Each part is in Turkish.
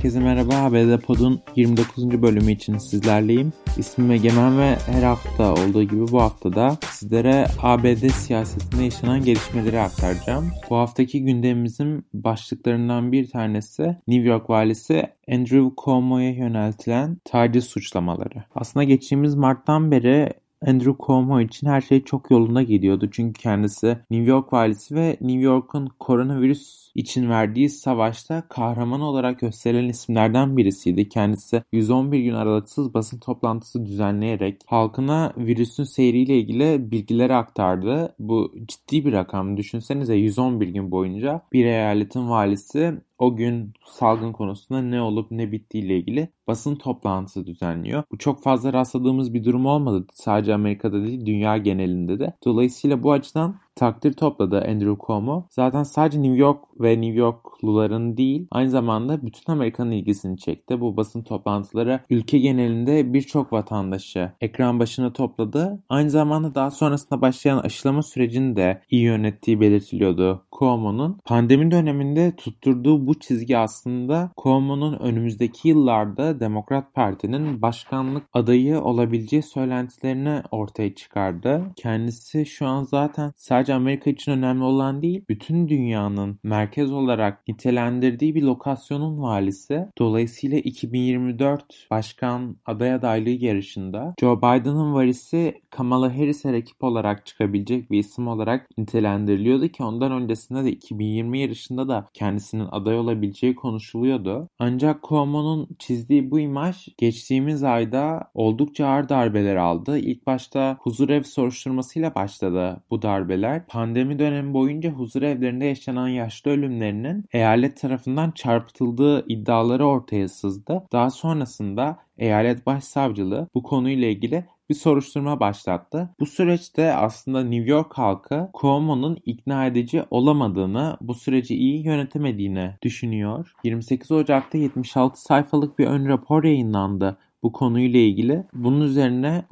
Herkese merhaba. ABD Pod'un 29. bölümü için sizlerleyim. İsmim Egemen ve her hafta olduğu gibi bu hafta da sizlere ABD siyasetinde yaşanan gelişmeleri aktaracağım. Bu haftaki gündemimizin başlıklarından bir tanesi New York valisi Andrew Cuomo'ya yöneltilen taciz suçlamaları. Aslında geçtiğimiz Mart'tan beri Andrew Cuomo için her şey çok yolunda gidiyordu. Çünkü kendisi New York valisi ve New York'un koronavirüs için verdiği savaşta kahraman olarak gösterilen isimlerden birisiydi. Kendisi 111 gün aralıksız basın toplantısı düzenleyerek halkına virüsün seyriyle ilgili bilgileri aktardı. Bu ciddi bir rakam. Düşünsenize 111 gün boyunca bir eyaletin valisi o gün salgın konusunda ne olup ne bittiği ile ilgili basın toplantısı düzenliyor. Bu çok fazla rastladığımız bir durum olmadı. Sadece Amerika'da değil, dünya genelinde de. Dolayısıyla bu açıdan takdir topladı Andrew Cuomo. Zaten sadece New York ve New Yorkluların değil, aynı zamanda bütün Amerika'nın ilgisini çekti. Bu basın toplantıları ülke genelinde birçok vatandaşı ekran başına topladı. Aynı zamanda daha sonrasında başlayan aşılama sürecini de iyi yönettiği belirtiliyordu Cuomo'nun. Pandemi döneminde tutturduğu bu çizgi aslında Cuomo'nun önümüzdeki yıllarda Demokrat Parti'nin başkanlık adayı olabileceği söylentilerini ortaya çıkardı. Kendisi şu an zaten sadece Amerika için önemli olan değil, bütün dünyanın merkez olarak nitelendirdiği bir lokasyonun valisi. Dolayısıyla 2024 başkan aday adaylığı yarışında Joe Biden'ın varisi Kamala Harris'e rakip olarak çıkabilecek bir isim olarak nitelendiriliyordu ki ondan öncesinde de 2020 yarışında da kendisinin aday olabileceği konuşuluyordu. Ancak Cuomo'nun çizdiği bu imaj geçtiğimiz ayda oldukça ağır darbeler aldı. İlk başta huzurev soruşturmasıyla başladı bu darbeler. Pandemi dönemi boyunca huzurevlerinde yaşanan yaşlı ölümlerinin eyalet tarafından çarpıtıldığı iddiaları ortaya sızdı. Daha sonrasında eyalet başsavcılığı bu konuyla ilgili bir soruşturma başlattı. Bu süreçte aslında New York halkı Cuomo'nun ikna edici olamadığını, bu süreci iyi yönetemediğini düşünüyor. 28 Ocak'ta 76 sayfalık bir ön rapor yayınlandı bu konuyla ilgili. Bunun üzerine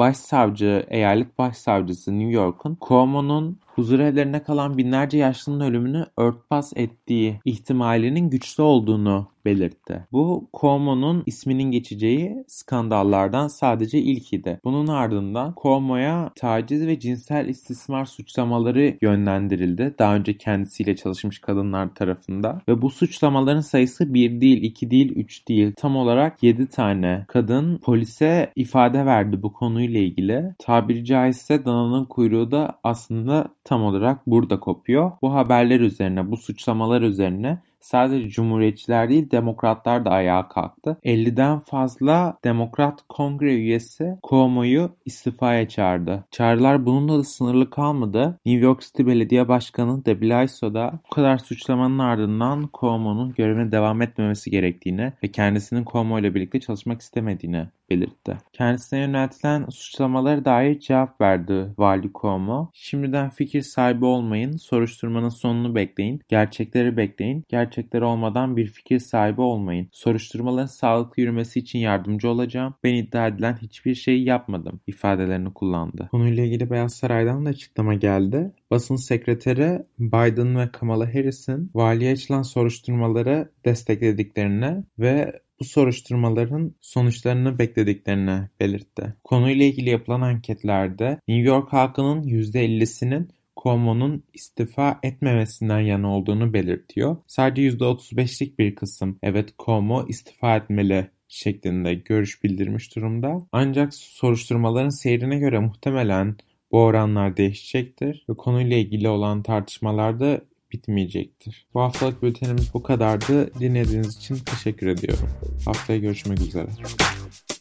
eyalet başsavcısı New York'un Cuomo'nun huzurevlerine kalan binlerce yaşlının ölümünü örtbas ettiği ihtimalinin güçlü olduğunu belirtti. Bu Cuomo'nun isminin geçeceği skandallardan sadece ilkiydi. Bunun ardından Cuomo'ya taciz ve cinsel istismar suçlamaları yönlendirildi. Daha önce kendisiyle çalışmış kadınlar tarafından. Ve bu suçlamaların sayısı 1 değil, 2 değil, 3 değil. Tam olarak 7 tane kadın polise ifade verdi bu konuyla ilgili. Tabiri caizse dananın kuyruğu da aslında tam olarak burada kopuyor. Bu haberler üzerine, bu suçlamalar üzerine sadece Cumhuriyetçiler değil, Demokratlar da ayağa kalktı. 50'den fazla Demokrat Kongre üyesi Cuomo'yu istifaya çağırdı. Çağrılar bununla da sınırlı kalmadı. New York City Belediye Başkanı de Blasio da bu kadar suçlamanın ardından Cuomo'nun görevine devam etmemesi gerektiğini ve kendisinin Cuomo ile birlikte çalışmak istemediğini belirtti. Kendisine yöneltilen suçlamalara dair cevap verdi Vali Cuomo. Şimdiden fikir sahibi olmayın, soruşturmanın sonunu bekleyin, gerçekleri bekleyin, gerçekler olmadan bir fikir sahibi olmayın. Soruşturmaların sağlıklı yürümesi için yardımcı olacağım. Ben iddia edilen hiçbir şeyi yapmadım ifadelerini kullandı. Konuyla ilgili Beyaz Saray'dan da açıklama geldi. Basın sekreteri Biden ve Kamala Harris'in valiye açılan soruşturmaları desteklediklerini ve bu soruşturmaların sonuçlarını beklediklerini belirtti. Konuyla ilgili yapılan anketlerde New York halkının %50'sinin Cuomo'nun istifa etmemesinden yana olduğunu belirtiyor. Sadece %35'lik bir kısım evet Cuomo istifa etmeli şeklinde görüş bildirmiş durumda. Ancak soruşturmaların seyrine göre muhtemelen bu oranlar değişecektir ve konuyla ilgili olan tartışmalar da bitmeyecektir. Bu haftalık bültenimiz bu kadardı. Dinlediğiniz için teşekkür ediyorum. Haftaya görüşmek üzere.